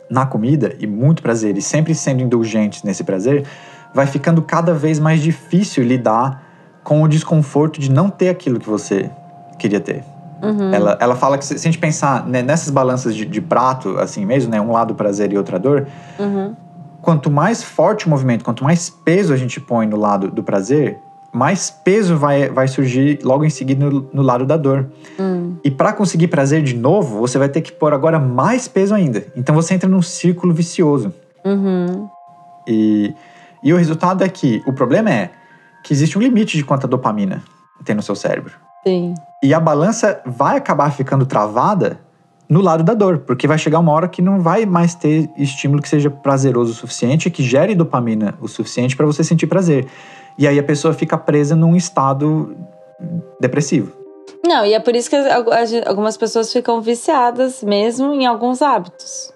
na comida, e muito prazer, e sempre sendo indulgentes nesse prazer, vai ficando cada vez mais difícil lidar com o desconforto de não ter aquilo que você queria ter. Uhum. Ela, ela fala que se, se a gente pensar, né, nessas balanças de, de prato, assim mesmo, né, um lado prazer e outra dor, Uhum. quanto mais forte o movimento, quanto mais peso a gente põe no lado do prazer, mais peso vai, vai surgir logo em seguida no, no lado da dor. Hum. E para conseguir prazer de novo, você vai ter que pôr agora mais peso ainda. Então você entra num círculo vicioso. Uhum. E, e o resultado é que o problema é que existe um limite de quanta dopamina tem no seu cérebro. Sim. E a balança vai acabar ficando travada no lado da dor, porque vai chegar uma hora que não vai mais ter estímulo que seja prazeroso o suficiente, que gere dopamina o suficiente para você sentir prazer. E aí a pessoa fica presa num estado depressivo. Não, e é por isso que algumas pessoas ficam viciadas mesmo em alguns hábitos.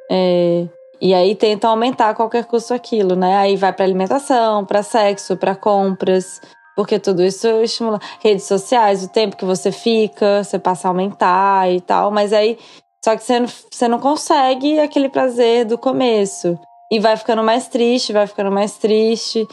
É, e aí tentam aumentar a qualquer custo aquilo, né? Aí vai pra alimentação, pra sexo, pra compras, porque tudo isso estimula. Redes sociais, o tempo que você fica, você passa a aumentar e tal, mas aí só que você não, você não consegue aquele prazer do começo. E vai ficando mais triste, vai ficando mais triste.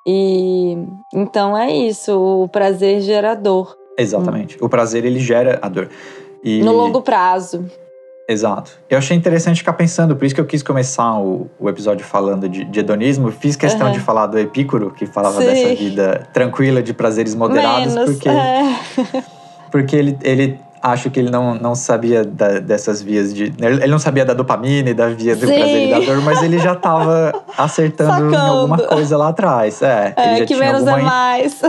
E então é isso, o prazer gera dor. Exatamente. Hum. O prazer, ele gera a dor. E... no longo prazo. Exato. Eu achei interessante ficar pensando, por isso que eu quis começar o, o episódio falando de, de hedonismo. Fiz questão uhum. de falar do Epícuro, que falava Sim. dessa vida tranquila, de prazeres moderados. Menos, porque é. porque ele, ele acho que ele não, não sabia da, dessas vias de... Ele não sabia da dopamina e da via do Sim. prazer e da dor, mas ele já estava acertando Sacando. em alguma coisa lá atrás. É, é ele já que tinha menos alguma... é mais.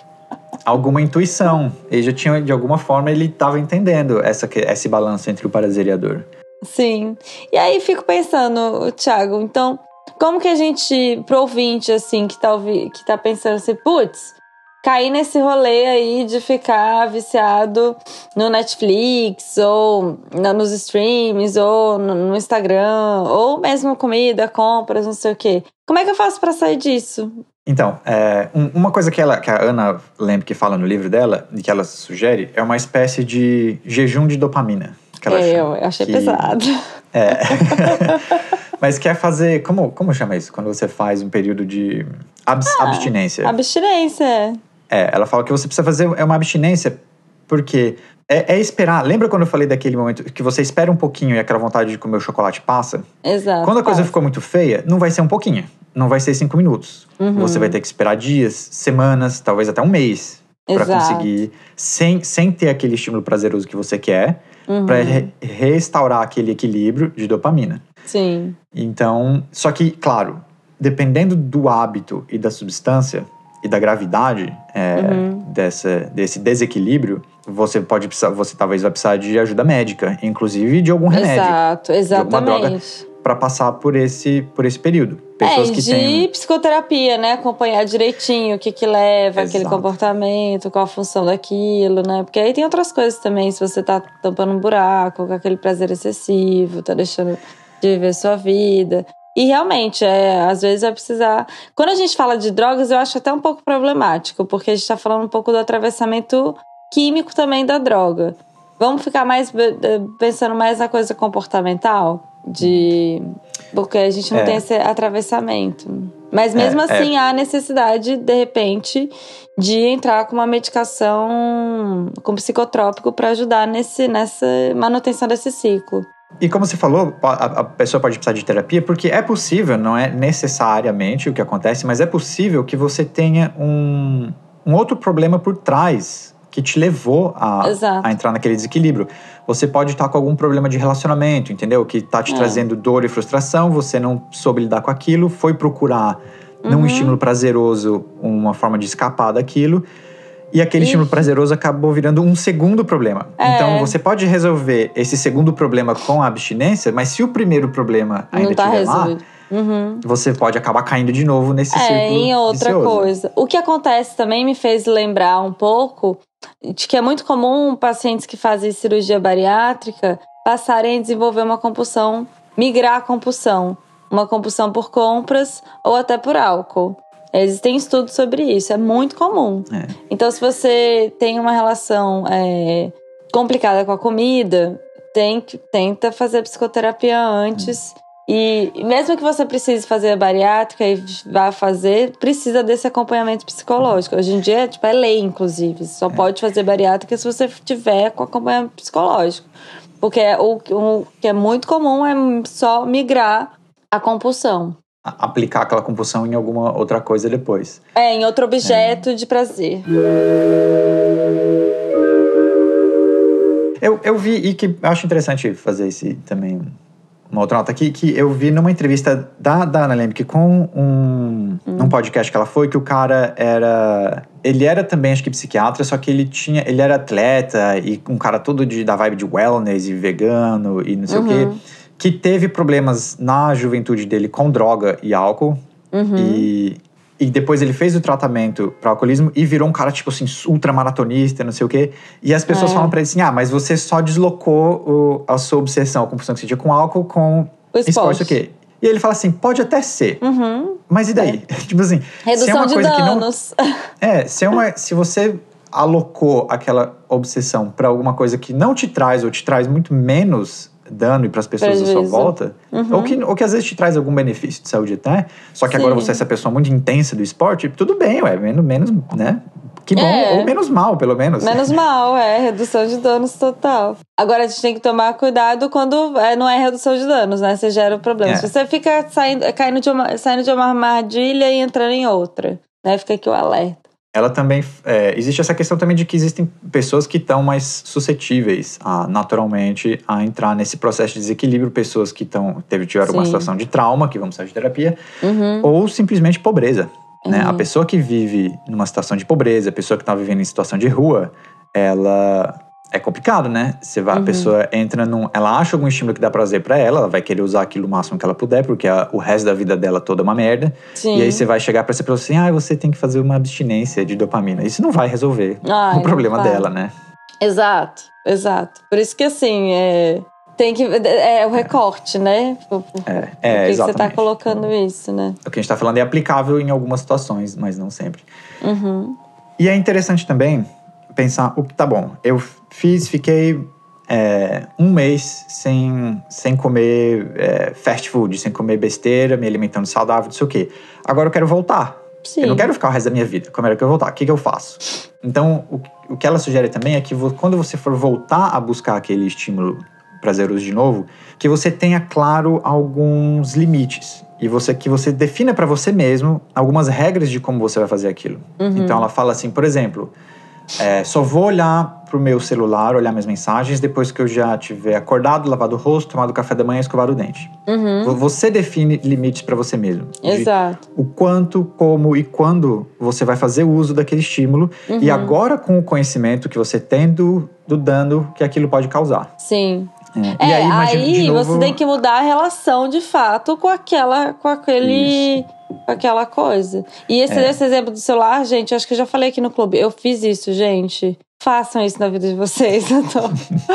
alguma intuição. Ele já tinha, de alguma forma, ele estava entendendo essa, esse balanço entre o prazer e a dor. Sim. E aí fico pensando, Thiago, então, como que a gente, pro ouvinte, assim, que tá, que tá pensando assim, putz, cair nesse rolê aí de ficar viciado no Netflix, ou nos streams, ou no Instagram, ou mesmo comida, compras, não sei o quê. Como é que eu faço pra sair disso? Então, é, um, uma coisa que, ela, que a Ana Lemke fala no livro dela, e que ela sugere, é uma espécie de jejum de dopamina. Que ela é, chama, eu achei que, pesado. É. Mas quer fazer... Como, como chama isso? Quando você faz um período de abs, ah, abstinência. Abstinência. É, ela fala que você precisa fazer é uma abstinência porque é, é esperar. Lembra quando eu falei daquele momento que você espera um pouquinho e aquela vontade de comer o chocolate passa? Exato. Quando a coisa passa. ficou muito feia, não vai ser um pouquinho. Não vai ser cinco minutos. Uhum. Você vai ter que esperar dias, semanas, talvez até um mês. Para conseguir, sem, sem ter aquele estímulo prazeroso que você quer, uhum. para re- restaurar aquele equilíbrio de dopamina. Sim. Então, só que, claro, dependendo do hábito e da substância e da gravidade é, uhum. dessa, desse desequilíbrio, você pode precisar, você talvez vai precisar de ajuda médica, inclusive de algum remédio. Exato, exatamente. De alguma droga para passar por esse, por esse período. Pessoas é, que de têm... psicoterapia, né? Acompanhar direitinho o que que leva Exato. Aquele comportamento, qual a função daquilo, né? Porque aí tem outras coisas também, se você tá tampando um buraco, com aquele prazer excessivo, tá deixando de viver sua vida. E realmente, é, às vezes vai precisar... Quando a gente fala de drogas, eu acho até um pouco problemático, porque a gente tá falando um pouco do atravessamento químico também da droga. Vamos ficar mais pensando mais na coisa comportamental? De... Porque a gente não é. tem esse atravessamento. Mas mesmo é, assim, é. há necessidade, de repente, de entrar com uma medicação com psicotrópico para ajudar nesse, nessa manutenção desse ciclo. E como você falou, a, a pessoa pode precisar de terapia porque é possível, não é necessariamente o que acontece, mas é possível que você tenha um, um outro problema por trás que te levou a, a entrar naquele desequilíbrio. Você pode estar com algum problema de relacionamento, entendeu? Que está te é. trazendo dor e frustração, você não soube lidar com aquilo, foi procurar uhum. num estímulo prazeroso uma forma de escapar daquilo, e aquele e... estímulo prazeroso acabou virando um segundo problema. É. Então, você pode resolver esse segundo problema com a abstinência, mas se o primeiro problema ainda tá estiver resolvido. lá, Uhum. você pode acabar caindo de novo nesse é, círculo em outra vicioso. coisa. O que acontece também me fez lembrar um pouco de que é muito comum pacientes que fazem cirurgia bariátrica passarem a desenvolver uma compulsão, migrar a compulsão, uma compulsão por compras ou até por álcool. Existem estudos sobre isso, é muito comum. É. Então, se você tem uma relação é, complicada com a comida, tem, tenta fazer psicoterapia antes. E mesmo que você precise fazer a bariátrica e vá fazer, precisa desse acompanhamento psicológico. Hoje em dia, tipo, é lei, inclusive. Você só é. pode fazer bariátrica se você tiver com acompanhamento psicológico. Porque o, o que é muito comum é só migrar a compulsão. Aplicar aquela compulsão em alguma outra coisa depois. É, em outro objeto é. de prazer. Eu, eu vi, e que acho interessante fazer esse também, uma outra nota aqui, que eu vi numa entrevista da, da Ana Lemke com um, hum. um podcast que ela foi, que o cara era... Ele era também, acho que, psiquiatra, só que ele tinha... Ele era atleta e um cara todo de, da vibe de wellness e vegano e não sei uhum. o quê. Que teve problemas na juventude dele com droga e álcool. Uhum. E, e depois ele fez o tratamento para alcoolismo e virou um cara, tipo assim, ultramaratonista, não sei o quê. E as pessoas é. falam pra ele assim, ah, mas você só deslocou o, a sua obsessão, a compulsão que você tinha com álcool, com o esporte. esporte, o quê? E ele fala assim, pode até ser. Uhum. Mas e daí? É. tipo assim, redução se é uma de coisa danos. Que não, é, se, é uma, se você alocou aquela obsessão para alguma coisa que não te traz ou te traz muito menos dano e para as pessoas Prejuízo. à sua volta, uhum. ou, que, ou que às vezes te traz algum benefício de saúde até, só que Sim. agora você é essa pessoa muito intensa do esporte, tudo bem, ué, menos, menos né? Que bom, é. ou menos mal, pelo menos. Menos mal, é, redução de danos total. Agora, a gente tem que tomar cuidado quando é, não é redução de danos, né? Você gera o problema. É. Se você fica saindo, caindo de uma, saindo de uma armadilha e entrando em outra, né? Fica aqui o alerta. Ela também, é, existe essa questão também de que existem pessoas que estão mais suscetíveis, a, naturalmente, a entrar nesse processo de desequilíbrio, pessoas que estão, teve, tiveram Sim. uma situação de trauma, que vão precisar de terapia, uhum. ou simplesmente pobreza. Uhum. Né? A pessoa que vive numa situação de pobreza, a pessoa que está vivendo em situação de rua, ela... É complicado, né? Você vai, uhum. A pessoa entra num... Ela acha algum estímulo que dá prazer pra ela, ela vai querer usar aquilo o máximo que ela puder, porque a, o resto da vida dela toda é uma merda. Sim. E aí você vai chegar pra essa pessoa assim, ah, você tem que fazer uma abstinência de dopamina. Isso não vai resolver Ai, o problema dela, né? Exato, exato. Por isso que, assim, é... Tem que... É o recorte, é. né? Por, por, é, é, por que exatamente. você tá colocando o, isso, né? O que a gente tá falando é aplicável em algumas situações, mas não sempre. Uhum. E é interessante também pensar, o que tá bom, eu fiz, fiquei é, um mês sem, sem comer é, fast food, sem comer besteira, me alimentando saudável, não sei o quê. Agora eu quero voltar. Sim. Eu não quero ficar o resto da minha vida. Como é que eu voltar? O que, que eu faço? Então, o, o que ela sugere também é que vo, quando você for voltar a buscar aquele estímulo prazeroso de novo, que você tenha claro alguns limites. E você, que você defina para você mesmo algumas regras de como você vai fazer aquilo. Uhum. Então, ela fala assim, por exemplo... É, só vou olhar pro meu celular, olhar minhas mensagens depois que eu já tiver acordado, lavado o rosto, tomado café da manhã e escovado o dente. Uhum. Você define limites pra você mesmo. Exato. O quanto, como e quando você vai fazer o uso daquele estímulo. Uhum. E agora com o conhecimento que você tem do, do dano que aquilo pode causar. Sim. É, é e aí, imagina, aí de novo... você tem que mudar a relação de fato com aquela, com aquele... Isso. Com aquela coisa. E esse, é. esse exemplo do celular, gente, acho que eu já falei aqui no clube. Eu fiz isso, gente. Façam isso na vida de vocês. Então,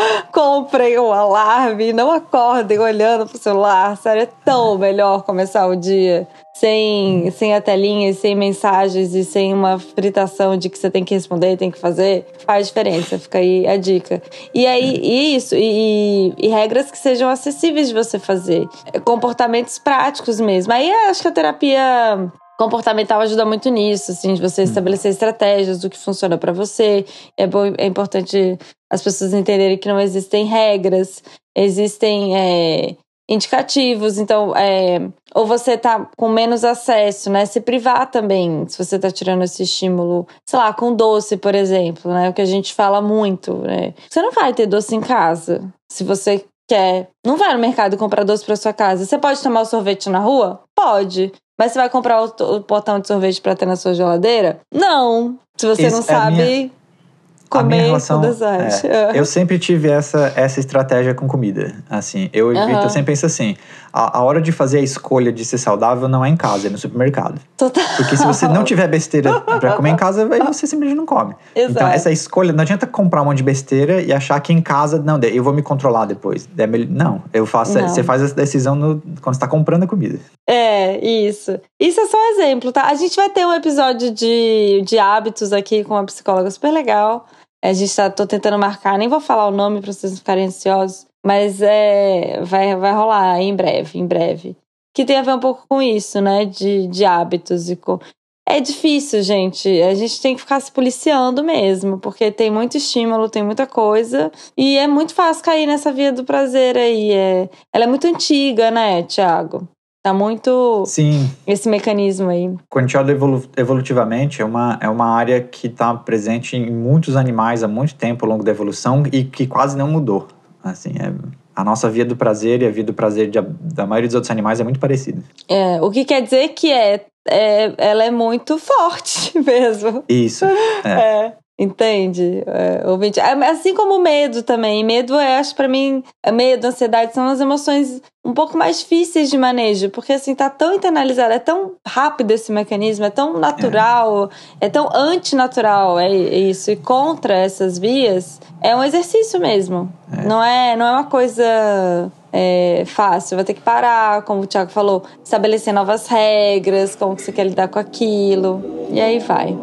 comprem um alarme, não acordem olhando pro celular. Sério, é tão melhor começar o dia sem, sem a telinha, e sem mensagens e sem uma fritação de que você tem que responder, tem que fazer. Faz diferença, fica aí a dica. E aí, e isso, e, e regras que sejam acessíveis de você fazer. Comportamentos práticos mesmo. Aí acho que a terapia comportamental ajuda muito nisso, assim, de você estabelecer estratégias do que funciona pra você. É, bom, é importante as pessoas entenderem que não existem regras, existem é, indicativos. Então, é, ou você tá com menos acesso, né? Se privar também, se você tá tirando esse estímulo, sei lá, com doce, por exemplo, né? O que a gente fala muito, né? Você não vai ter doce em casa, se você quer. Não vai no mercado comprar doce pra sua casa. Você pode tomar o sorvete na rua? Pode. Mas você vai comprar o, o potão de sorvete pra ter na sua geladeira? Não. Se você Esse não sabe é minha, comer, a relação, com é, Eu sempre tive essa, essa estratégia com comida. Assim, eu evito, uhum. eu sempre penso assim, a, a hora de fazer a escolha de ser saudável não é em casa, é no supermercado. Total. Porque se você não tiver besteira pra comer em casa, aí você simplesmente não come. Exato. Então, essa escolha, não adianta comprar um monte de besteira e achar que em casa, não, eu vou me controlar depois. Não, eu faço, não. Você faz essa decisão no, quando você tá comprando a comida. É, isso. Isso é só um exemplo, tá? A gente vai ter um episódio de, de hábitos aqui com uma psicóloga super legal. A gente tá, tô tentando marcar, nem vou falar o nome pra vocês não ficarem ansiosos. Mas é, vai, vai rolar em breve, em breve. Que tem a ver um pouco com isso, né? De, de hábitos e com... É difícil, gente. A gente tem que ficar se policiando mesmo, porque tem muito estímulo, tem muita coisa. E é muito fácil cair nessa via do prazer aí. É... Ela é muito antiga, né, Thiago? Tá muito... Sim. Esse mecanismo aí. Quando a gente olha evolu- evolutivamente, é uma, é uma área que está presente em muitos animais há muito tempo ao longo da evolução e que quase não mudou. Assim, é... A nossa via do prazer e a via do prazer de, da maioria dos outros animais é muito parecida. É, o que quer dizer que é, é ela é muito forte mesmo. Isso, é. é. Entende? É, ouvinte. Assim como o medo também. Medo, eu acho, pra mim, medo, ansiedade são as emoções um pouco mais difíceis de manejo, porque assim, tá tão internalizado, é tão rápido esse mecanismo, é tão natural, é, é tão antinatural, é isso. E contra essas vias, é um exercício mesmo. É. Não, é, não é uma coisa é, fácil. Vai ter que parar, como o Thiago falou, estabelecer novas regras, como que você quer lidar com aquilo. E aí vai.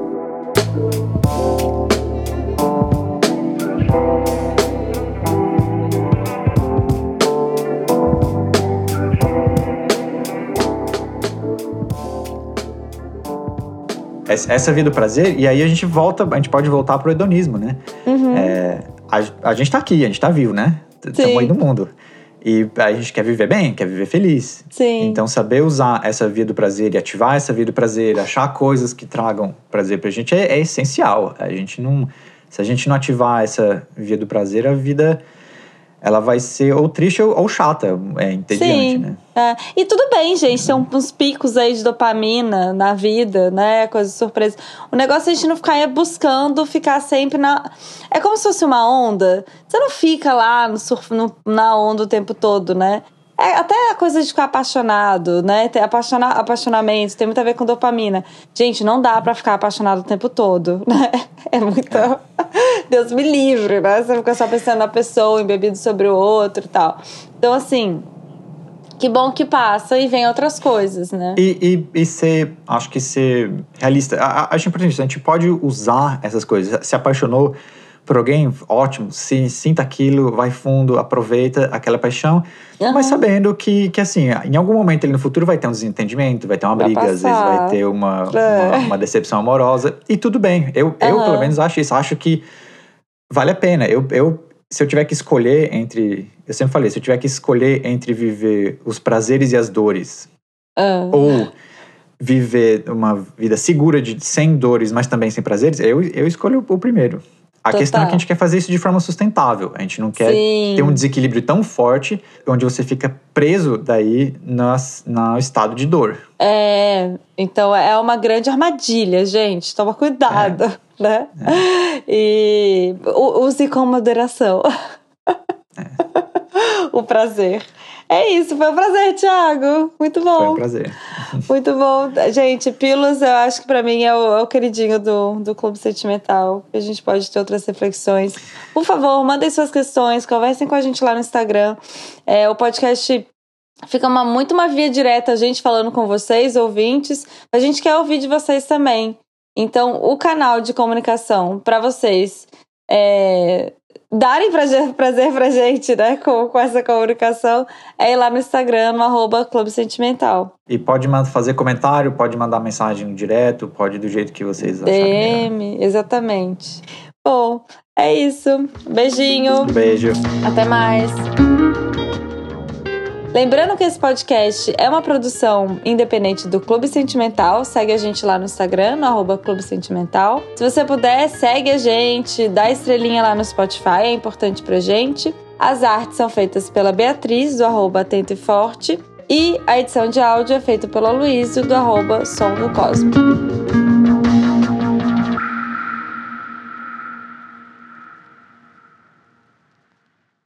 Essa via do prazer, e aí a gente volta, a gente pode voltar pro hedonismo, né? Uhum. É, a, a gente tá aqui, a gente tá vivo, né? Estamos aí no mundo. E a gente quer viver bem, quer viver feliz. Sim. Então, saber usar essa via do prazer e ativar essa via do prazer, achar coisas que tragam prazer pra gente é, é essencial. A gente não, se a gente não ativar essa via do prazer, a vida... ela vai ser ou triste ou, ou chata, é entediante, Sim. né? É. E tudo bem, gente, tem uns picos aí de dopamina na vida, né? Coisa de surpresa. O negócio é a gente não ficar buscando, ficar sempre na... É como se fosse uma onda. Você não fica lá no surf, no, na onda o tempo todo, né? É até a coisa de ficar apaixonado, né? Ter apaixona, apaixonamento tem muito a ver com dopamina. Gente, não dá pra ficar apaixonado o tempo todo, né? É muito... É. Deus me livre, né? Você fica só pensando na pessoa, embebido sobre o outro e tal. Então, assim... Que bom que passa e vem outras coisas, né? E, e, e ser, acho que ser realista. Acho importante isso, a gente pode usar essas coisas. Se apaixonou por alguém, ótimo, se, sinta aquilo, vai fundo, aproveita aquela paixão, uhum. Mas sabendo que, que, assim, em algum momento ele no futuro vai ter um desentendimento, vai ter uma briga, às vezes vai ter uma, é. uma, uma decepção amorosa, e tudo bem. Eu, uhum. eu, pelo menos, acho isso. Acho que vale a pena. Eu... eu Se eu tiver que escolher entre... Eu sempre falei, se eu tiver que escolher entre viver os prazeres e as dores, uh. ou viver uma vida segura, de, sem dores, mas também sem prazeres, eu, eu escolho o primeiro. A Total. Questão é que a gente quer fazer isso de forma sustentável. A gente não quer Sim. ter um desequilíbrio tão forte, onde você fica preso daí no, no estado de dor. É, então é uma grande armadilha, gente. Toma cuidado. É. Né? É. E use com moderação. É. O prazer. É isso, foi um prazer, Thiago. Muito bom. Foi um prazer. Muito bom. Gente, Pílulas, eu acho que pra mim é o, é o queridinho do, do Clube Sentimental. A gente pode ter outras reflexões. Por favor, mandem suas questões, conversem com a gente lá no Instagram. É, o podcast fica uma, muito uma via direta, a gente falando com vocês, ouvintes. A gente quer ouvir de vocês também. Então, o canal de comunicação para vocês é, darem prazer, prazer pra gente, né, com, com essa comunicação, é ir lá no Instagram, no arroba Clube Sentimental. E pode fazer comentário, pode mandar mensagem direto, pode do jeito que vocês D M, acharem melhor. Exatamente. Bom, é isso. Beijinho. Beijo. Até mais. Lembrando que esse podcast é uma produção independente do Clube Sentimental. Segue a gente lá no Instagram, no arroba Clube Sentimental. Se você puder, segue a gente, dá estrelinha lá no Spotify, é importante pra gente. As artes são feitas pela Beatriz, do arroba Atento e Forte. E a edição de áudio é feita pelo Aloysio, do arroba Som do Cosmo.